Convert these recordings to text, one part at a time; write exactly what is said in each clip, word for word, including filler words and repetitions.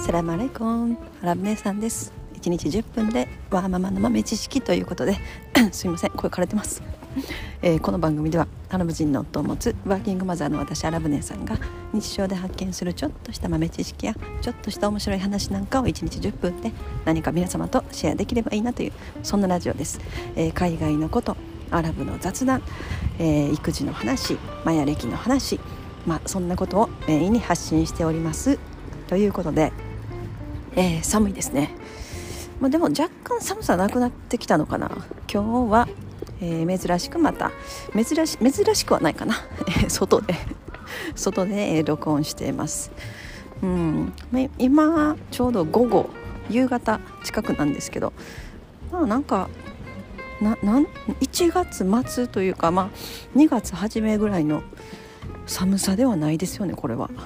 サラムアレイコン、アラブ姉さんです。いちにちじゅっぷんでワーママの豆知識ということですいません、声枯れてます、えー、この番組ではアラブ人の夫を持つワーキングマザーの私アラブ姉さんが日常で発見するちょっとした豆知識やちょっとした面白い話なんかをいちにちじゅっぷんで何か皆様とシェアできればいいなという、そんなラジオです。えー、海外のこと、アラブの雑談、えー、育児の話、マヤ歴の話、まあ、そんなことをメインに発信しておりますということで、えー、寒いですね。まあ、でも若干寒さなくなってきたのかな。今日は、えー、珍しくまた珍し珍しくはないかな外で外で、えー、録音しています。うん、今ちょうど午後夕方近くなんですけど、まあ、なんかななんいちがつ末というか、まあ、にがつ初めぐらいの寒さではないですよね、これは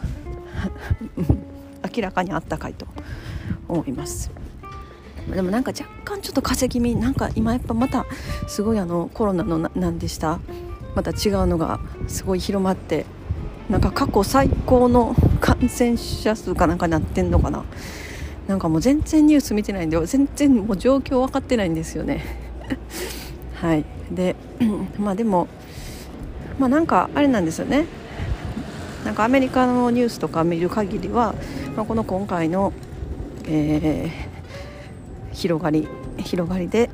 明らかにあったかいと思います。でもなんか若干ちょっと風邪気味、なんか今やっぱまたすごいあのコロナのななんでしたまた違うのがすごい広まって、なんか過去最高の感染者数かなんかなってんのかな。なんかもう全然ニュース見てないんで全然もう状況分かってないんですよねはいでまあでもまあなんかあれなんですよね。なんかアメリカのニュースとか見る限りは、まあ、この今回の、えー、広がり広がりで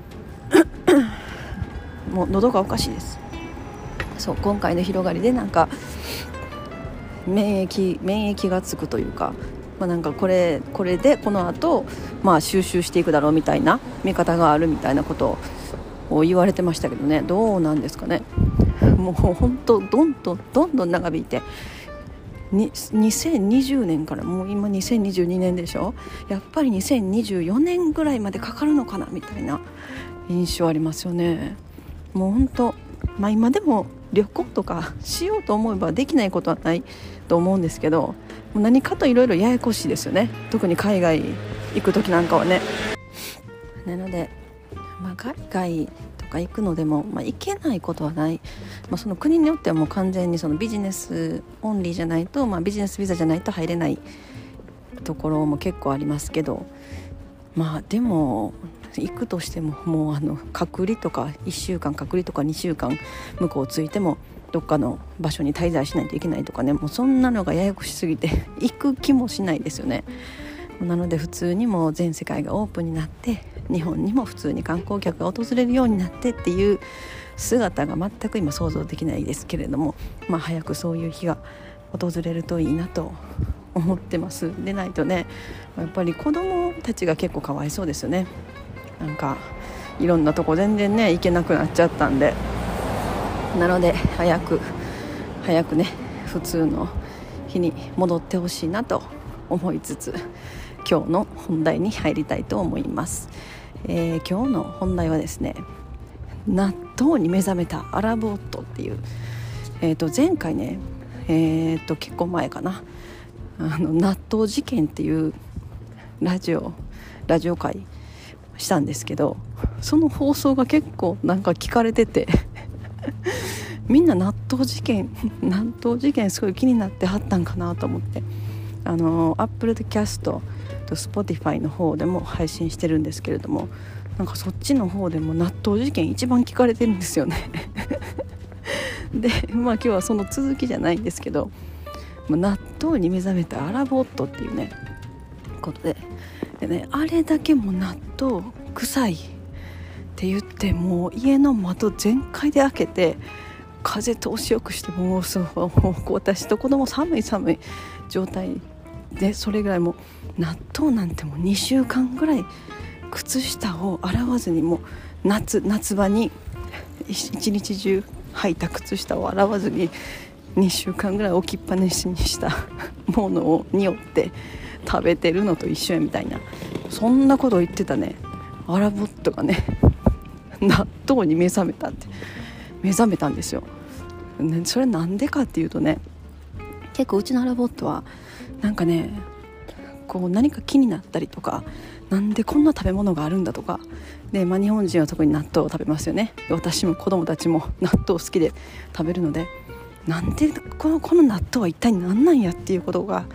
もう喉がおかしいです。そう今回の広がりでなんか免疫免疫がつくというか、まあ、なんかこれこれでこの後、まあ収集していくだろうみたいな見方があるみたいなことを言われてましたけどね、どうなんですかね。もう本当どんどんどんどん長引いてににせんにじゅうねんからもう今にせんにじゅうにねんでしょ。やっぱりにせんにじゅうよねんぐらいまでかかるのかなみたいな印象ありますよね。もう本当、まあ、今でも旅行とかしようと思えばできないことはないと思うんですけど、もう何かといろいろややこしいですよね。特に海外行く時なんかはね。なので、まあ、海外とか行くのでも、まあ、行けないことはない、まあ、その国によってはもう完全にそのビジネスオンリーじゃないと、まあ、ビジネスビザじゃないと入れないところも結構ありますけど、まあでも行くとしてももうあの隔離とかいっしゅうかん隔離とかにしゅうかん向こうついてもどっかの場所に滞在しないといけないとかね、もうそんなのがややこしすぎて行く気もしないですよね。なので普通にもう全世界がオープンになって日本にも普通に観光客が訪れるようになってっていう姿が全く今想像できないですけれども、まあ早くそういう日が訪れるといいなと思ってます。でないとね、やっぱり子供たちが結構かわいそうですよね。なんかいろんなとこ全然ね行けなくなっちゃったんで、なので早く早くね普通の日に戻ってほしいなと思いつつ、今日の本題に入りたいと思います。えー、今日の本題はですね、納豆に目覚めたアラブ夫っていう、えー、と前回ね、えー、と結構前かな、あの納豆事件っていうラジオラジオ会したんですけど、その放送が結構なんか聞かれててみんな納豆事件納豆事件すごい気になってはったんかなと思って、あの Apple Podcast と Spotify の方でも配信してるんですけれども、なんかそっちの方でも納豆事件一番聞かれてるんですよねで、まあ今日はその続きじゃないんですけど、納豆に目覚めたアラブ夫っていうねことで、でね、あれだけも納豆臭いって言って、もう家の窓全開で開けて風通しよくして、もうそうもう私と子供寒い寒い状態で、それぐらいもう納豆なんてもうにしゅうかんぐらい靴下を洗わずに、もう 夏, 夏場に一日中履いた靴下を洗わずににしゅうかんぐらい置きっぱなしにしたものを匂って食べてるのと一緒やみたいな、そんなことを言ってたねアラブ夫がね納豆に目覚めたって目覚めたんですよ、ね、それなんでかっていうとね、結構うちのアラブ夫はなんかねこう何か気になったりとか、なんでこんな食べ物があるんだとかで、まあ、日本人は特に納豆を食べますよね。私も子供たちも納豆好きで食べるので、なんでこの、この納豆は一体何なんやっていうことが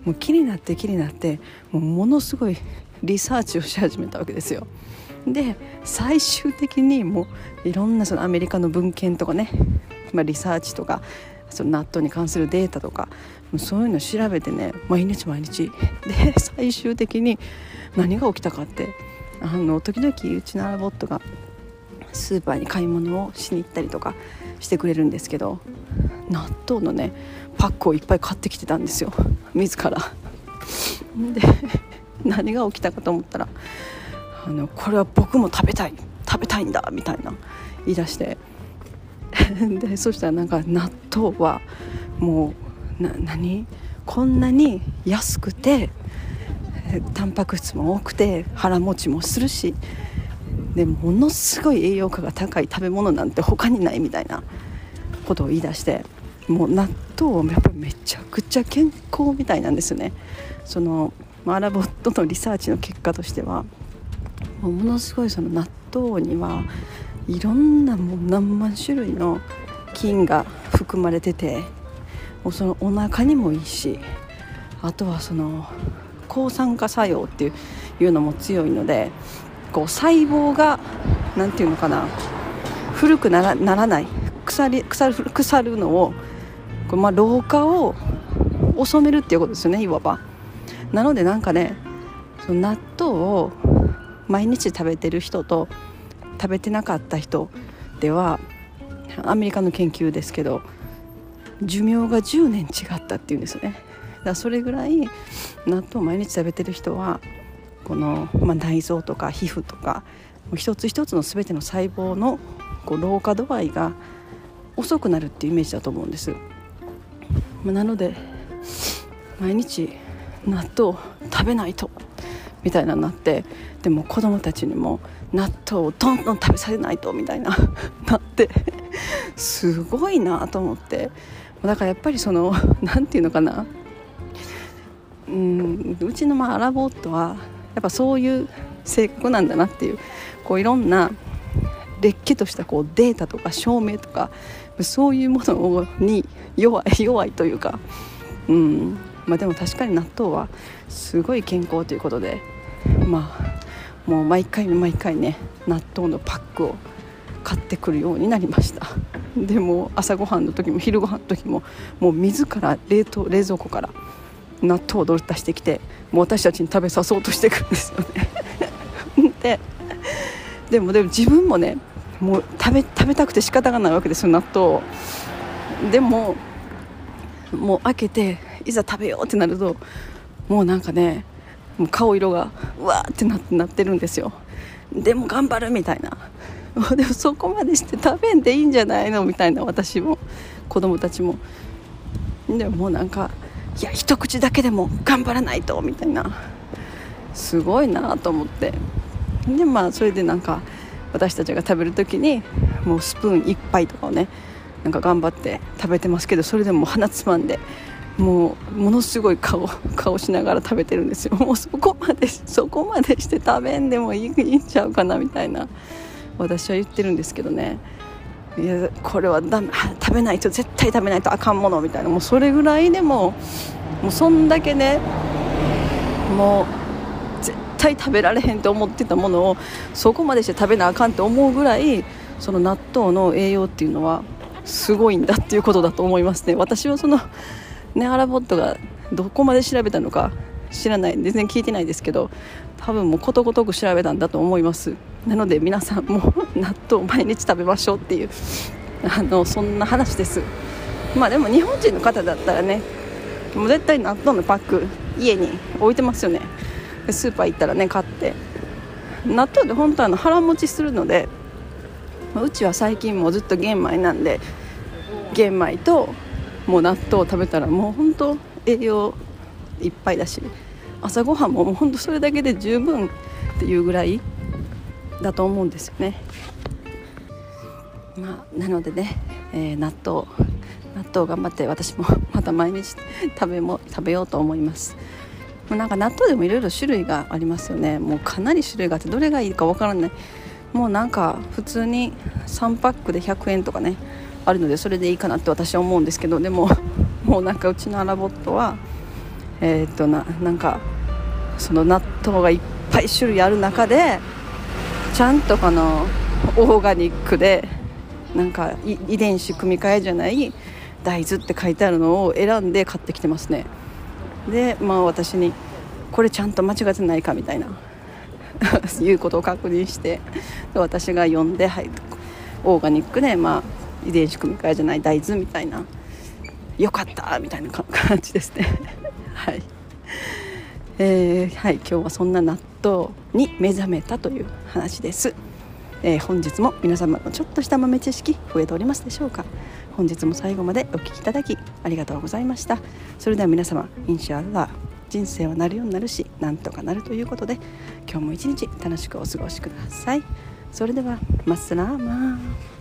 もう気になって気になってもうものすごいリサーチをし始めたわけですよ。で最終的にもういろんなそのアメリカの文献とかね、まあ、リサーチとかその納豆に関するデータとかそういうのを調べてね、毎日毎日で最終的に何が起きたかって、あの時々うちのアラボットがスーパーに買い物をしに行ったりとかしてくれるんですけど、納豆のねパックをいっぱい買ってきてたんですよ、自らで何が起きたかと思ったら、あのこれは僕も食べたい食べたいんだみたいな言い出してでそしたらなんか納豆はもうな何こんなに安くてタンパク質も多くて腹持ちもするしでものすごい栄養価が高い食べ物なんて他にないみたいなことを言い出して、もう納豆はやっぱりめちゃくちゃ健康みたいなんですよね。そのアラボットのリサーチの結果としてはもうものすごいその納豆にはいろんなもう何万種類の菌が含まれてて、もうそのお腹にもいいし、あとはその抗酸化作用っていう、いうのも強いので、こう細胞がなんていうのかな、古くな ら, ならない腐り 腐る, 腐るのをこう、まあ、老化を収めるっていうことですよね、いわば。なのでなんかね、その納豆を毎日食べてる人と食べてなかった人では、アメリカの研究ですけど寿命がじゅうねん違ったっていうんですよね。だからそれぐらい納豆を毎日食べてる人はこの、まあ、内臓とか皮膚とか一つ一つの全ての細胞のこう老化度合いが遅くなるっていうイメージだと思うんです。まあ、なので毎日納豆を食べないとみたいなになって、でも子供たちにも納豆をどんどん食べさせないとみたいななってすごいなと思って、だからやっぱりそのなんていうのかな、うん、うちのまあアラボットはやっぱそういう性格なんだなっていう、こういろんなれっきとしたこうデータとか証明とかそういうものに弱い弱いというか、うんまあ、でも確かに納豆はすごい健康ということで、まあもう毎回毎回ね納豆のパックを買ってくるようになりました。でも朝ごはんの時も昼ごはんの時ももう自ら冷凍冷蔵庫から納豆をどれ出してきて、もう私たちに食べさそうとしてくるんですよねで, でもでも自分もねもう食べ食べたくて仕方がないわけですよ、納豆を。でももう開けていざ食べようってなるともうなんかね、もう顔色がうわーって な, なってるんですよ。でも頑張るみたいな、でもそこまでして食べんでいいんじゃないのみたいな、私も子供たちも。でももうなんかいや一口だけでも頑張らないとみたいな、すごいなと思って。でまあそれでなんか私たちが食べるときにもうスプーンいっぱいとかをねなんか頑張って食べてますけど、それでも鼻つまんでもうものすごい顔顔しながら食べてるんですよ。もうそこまでそこまでして食べんでもいい、いいんちゃうかなみたいな私は言ってるんですけどね。いやこれはダメ、食べないと絶対食べないとあかんものみたいな、もうそれぐらいでももうそんだけね、もう絶対食べられへんと思ってたものをそこまでして食べなあかんって思うぐらい、その納豆の栄養っていうのはすごいんだっていうことだと思いますね。私はそのねアラボットがどこまで調べたのか知らない、全然聞いてないですけど、多分もうことごとく調べたんだと思います。なので皆さんも納豆を毎日食べましょうっていうあのそんな話です。まあでも日本人の方だったらね、もう絶対納豆のパック家に置いてますよね。スーパー行ったらね買って、納豆で本当は腹持ちするので、うちは最近もうずっと玄米なんで、玄米ともう納豆を食べたらもう本当栄養いっぱいだし、朝ごはんももう本当それだけで十分っていうぐらいだと思うんですよね。まあ、なのでね、えー、納豆納豆頑張って私もまた毎日食べも食べようと思います。もうなんか納豆でもいろいろ種類がありますよね。もうかなり種類があってどれがいいかわからない。もうなんか普通にさんパックでひゃくえんとかねあるので、それでいいかなって私は思うんですけど、でももうなんかうちのアラボットはえー、っとななんかその納豆がいっぱい種類ある中でちゃんとこのオーガニックでなんか遺伝子組み換えじゃない大豆って書いてあるのを選んで買ってきてますね。でまあ私にこれちゃんと間違ってないかみたいないうことを確認して、私が読んで、はい、オーガニックで、まあ、遺伝子組み換えじゃない大豆みたいな、よかったみたいな感じですねはい、えーはい、今日はそんな納豆に目覚めたという話です。えー、本日も皆様のちょっとした豆知識増えておりますでしょうか。本日も最後までお聞きいただきありがとうございました。それでは皆様、インシャアラー、人生はなるようになるし、なんとかなるということで、今日も一日楽しくお過ごしください。それではマッサラーマー。